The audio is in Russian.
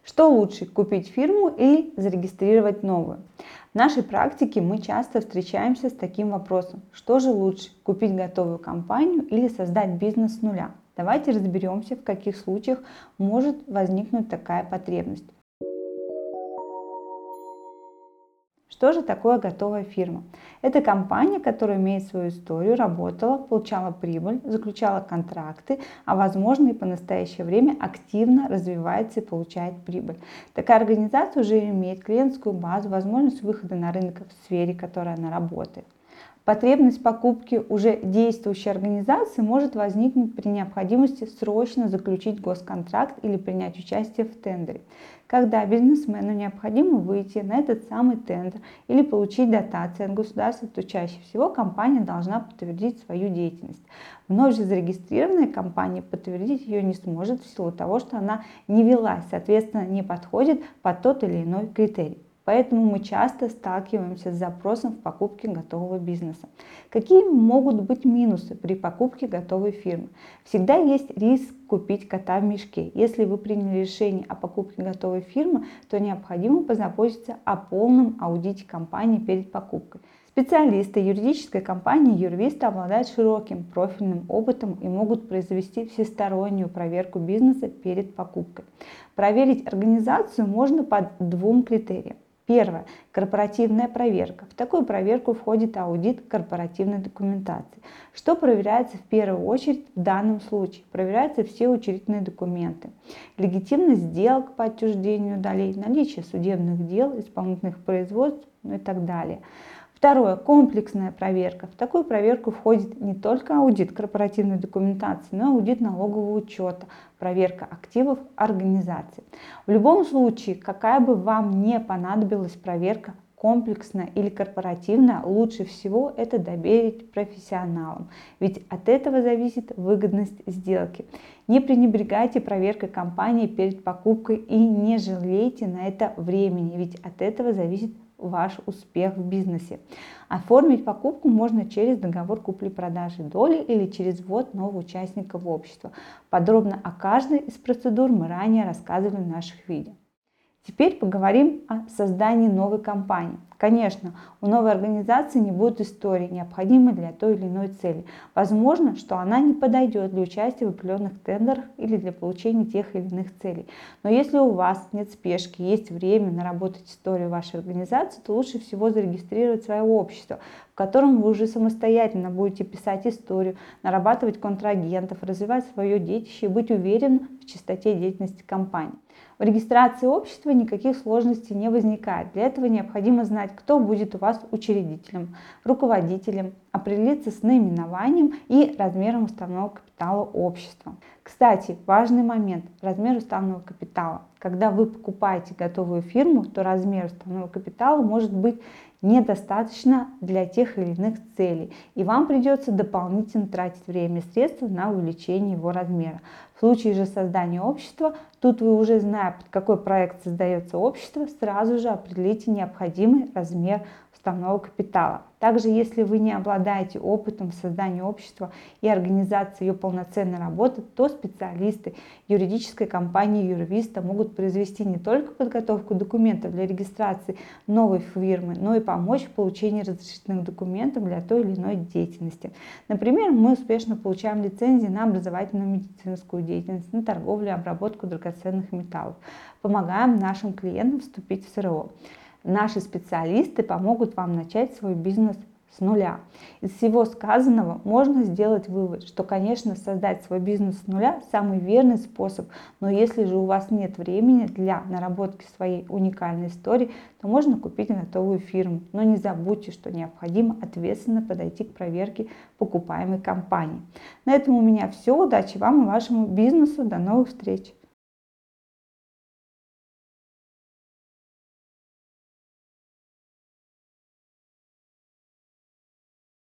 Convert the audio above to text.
Что лучше, купить фирму или зарегистрировать новую? В нашей практике мы часто встречаемся с таким вопросом. Что же лучше, купить готовую компанию или создать бизнес с нуля? Давайте разберемся, в каких случаях может возникнуть такая потребность. Что же такое готовая фирма? Это компания, которая имеет свою историю, работала, получала прибыль, заключала контракты, а возможно и по настоящее время активно развивается и получает прибыль. Такая организация уже имеет клиентскую базу, возможность выхода на рынок в сфере, в которой она работает. Потребность покупки уже действующей организации может возникнуть при необходимости срочно заключить госконтракт или принять участие в тендере. Когда бизнесмену необходимо выйти на этот самый тендер или получить дотации от государства, то чаще всего компания должна подтвердить свою деятельность. Вновь же зарегистрированная компания подтвердить ее не сможет в силу того, что она не велась, соответственно, не подходит под тот или иной критерий. Поэтому мы часто сталкиваемся с запросом в покупке готового бизнеса. Какие могут быть минусы при покупке готовой фирмы? Всегда есть риск купить кота в мешке. Если вы приняли решение о покупке готовой фирмы, то необходимо позаботиться о полном аудите компании перед покупкой. Специалисты юридической компании юрвиста обладают широким профильным опытом и могут произвести всестороннюю проверку бизнеса перед покупкой. Проверить организацию можно по двум критериям. Первое. Корпоративная проверка. В такую проверку входит аудит корпоративной документации. Что проверяется в первую очередь в данном случае? Проверяются все учредительные документы, легитимность сделок по отчуждению долей, наличие судебных дел, исполнительных производств и так далее. Второе. Комплексная проверка. В такую проверку входит не только аудит корпоративной документации, но и аудит налогового учета, проверка активов организации. В любом случае, какая бы вам ни понадобилась проверка, комплексная или корпоративная, лучше всего это доверить профессионалам, ведь от этого зависит выгодность сделки. Не пренебрегайте проверкой компании перед покупкой и не жалейте на это времени, ведь от этого зависит ваш успех в бизнесе. Оформить покупку можно через договор купли-продажи доли или через ввод нового участника в общество. Подробно о каждой из процедур мы ранее рассказывали в наших видео. Теперь поговорим о создании новой компании. Конечно, у новой организации не будет истории, необходимой для той или иной цели. Возможно, что она не подойдет для участия в определенных тендерах или для получения тех или иных целей. Но если у вас нет спешки, есть время наработать историю вашей организации, то лучше всего зарегистрировать свое общество, в котором вы уже самостоятельно будете писать историю, нарабатывать контрагентов, развивать свое детище и быть уверенным в чистоте деятельности компании. В регистрации общества никаких сложностей не возникает. Для этого необходимо знать, кто будет у вас учредителем, руководителем, определиться с наименованием и размером уставного капитала общества. Кстати, важный момент – размер уставного капитала. Когда вы покупаете готовую фирму, то размер уставного капитала может быть недостаточно для тех или иных целей, и вам придется дополнительно тратить время и средства на увеличение его размера. В случае же создания общества, тут вы уже, зная, под какой проект создается общество, сразу же определите необходимый размер уставного капитала. Также, если вы не обладаете опытом создания общества и организации ее полноценной работы, то специалисты юридической компании юрвиста могут произвести не только подготовку документов для регистрации новой фирмы, но и помочь в получении разрешительных документов для той или иной деятельности. Например, мы успешно получаем лицензии на образовательную медицинскую деятельность, на торговлю и обработку драгоценных металлов. Помогаем нашим клиентам вступить в СРО. Наши специалисты помогут вам начать свой бизнес с нуля. Из всего сказанного можно сделать вывод, что, конечно, создать свой бизнес с нуля – самый верный способ, но если же у вас нет времени для наработки своей уникальной истории, то можно купить готовую фирму. Но не забудьте, что необходимо ответственно подойти к проверке покупаемой компании. На этом у меня все. Удачи вам и вашему бизнесу. До новых встреч!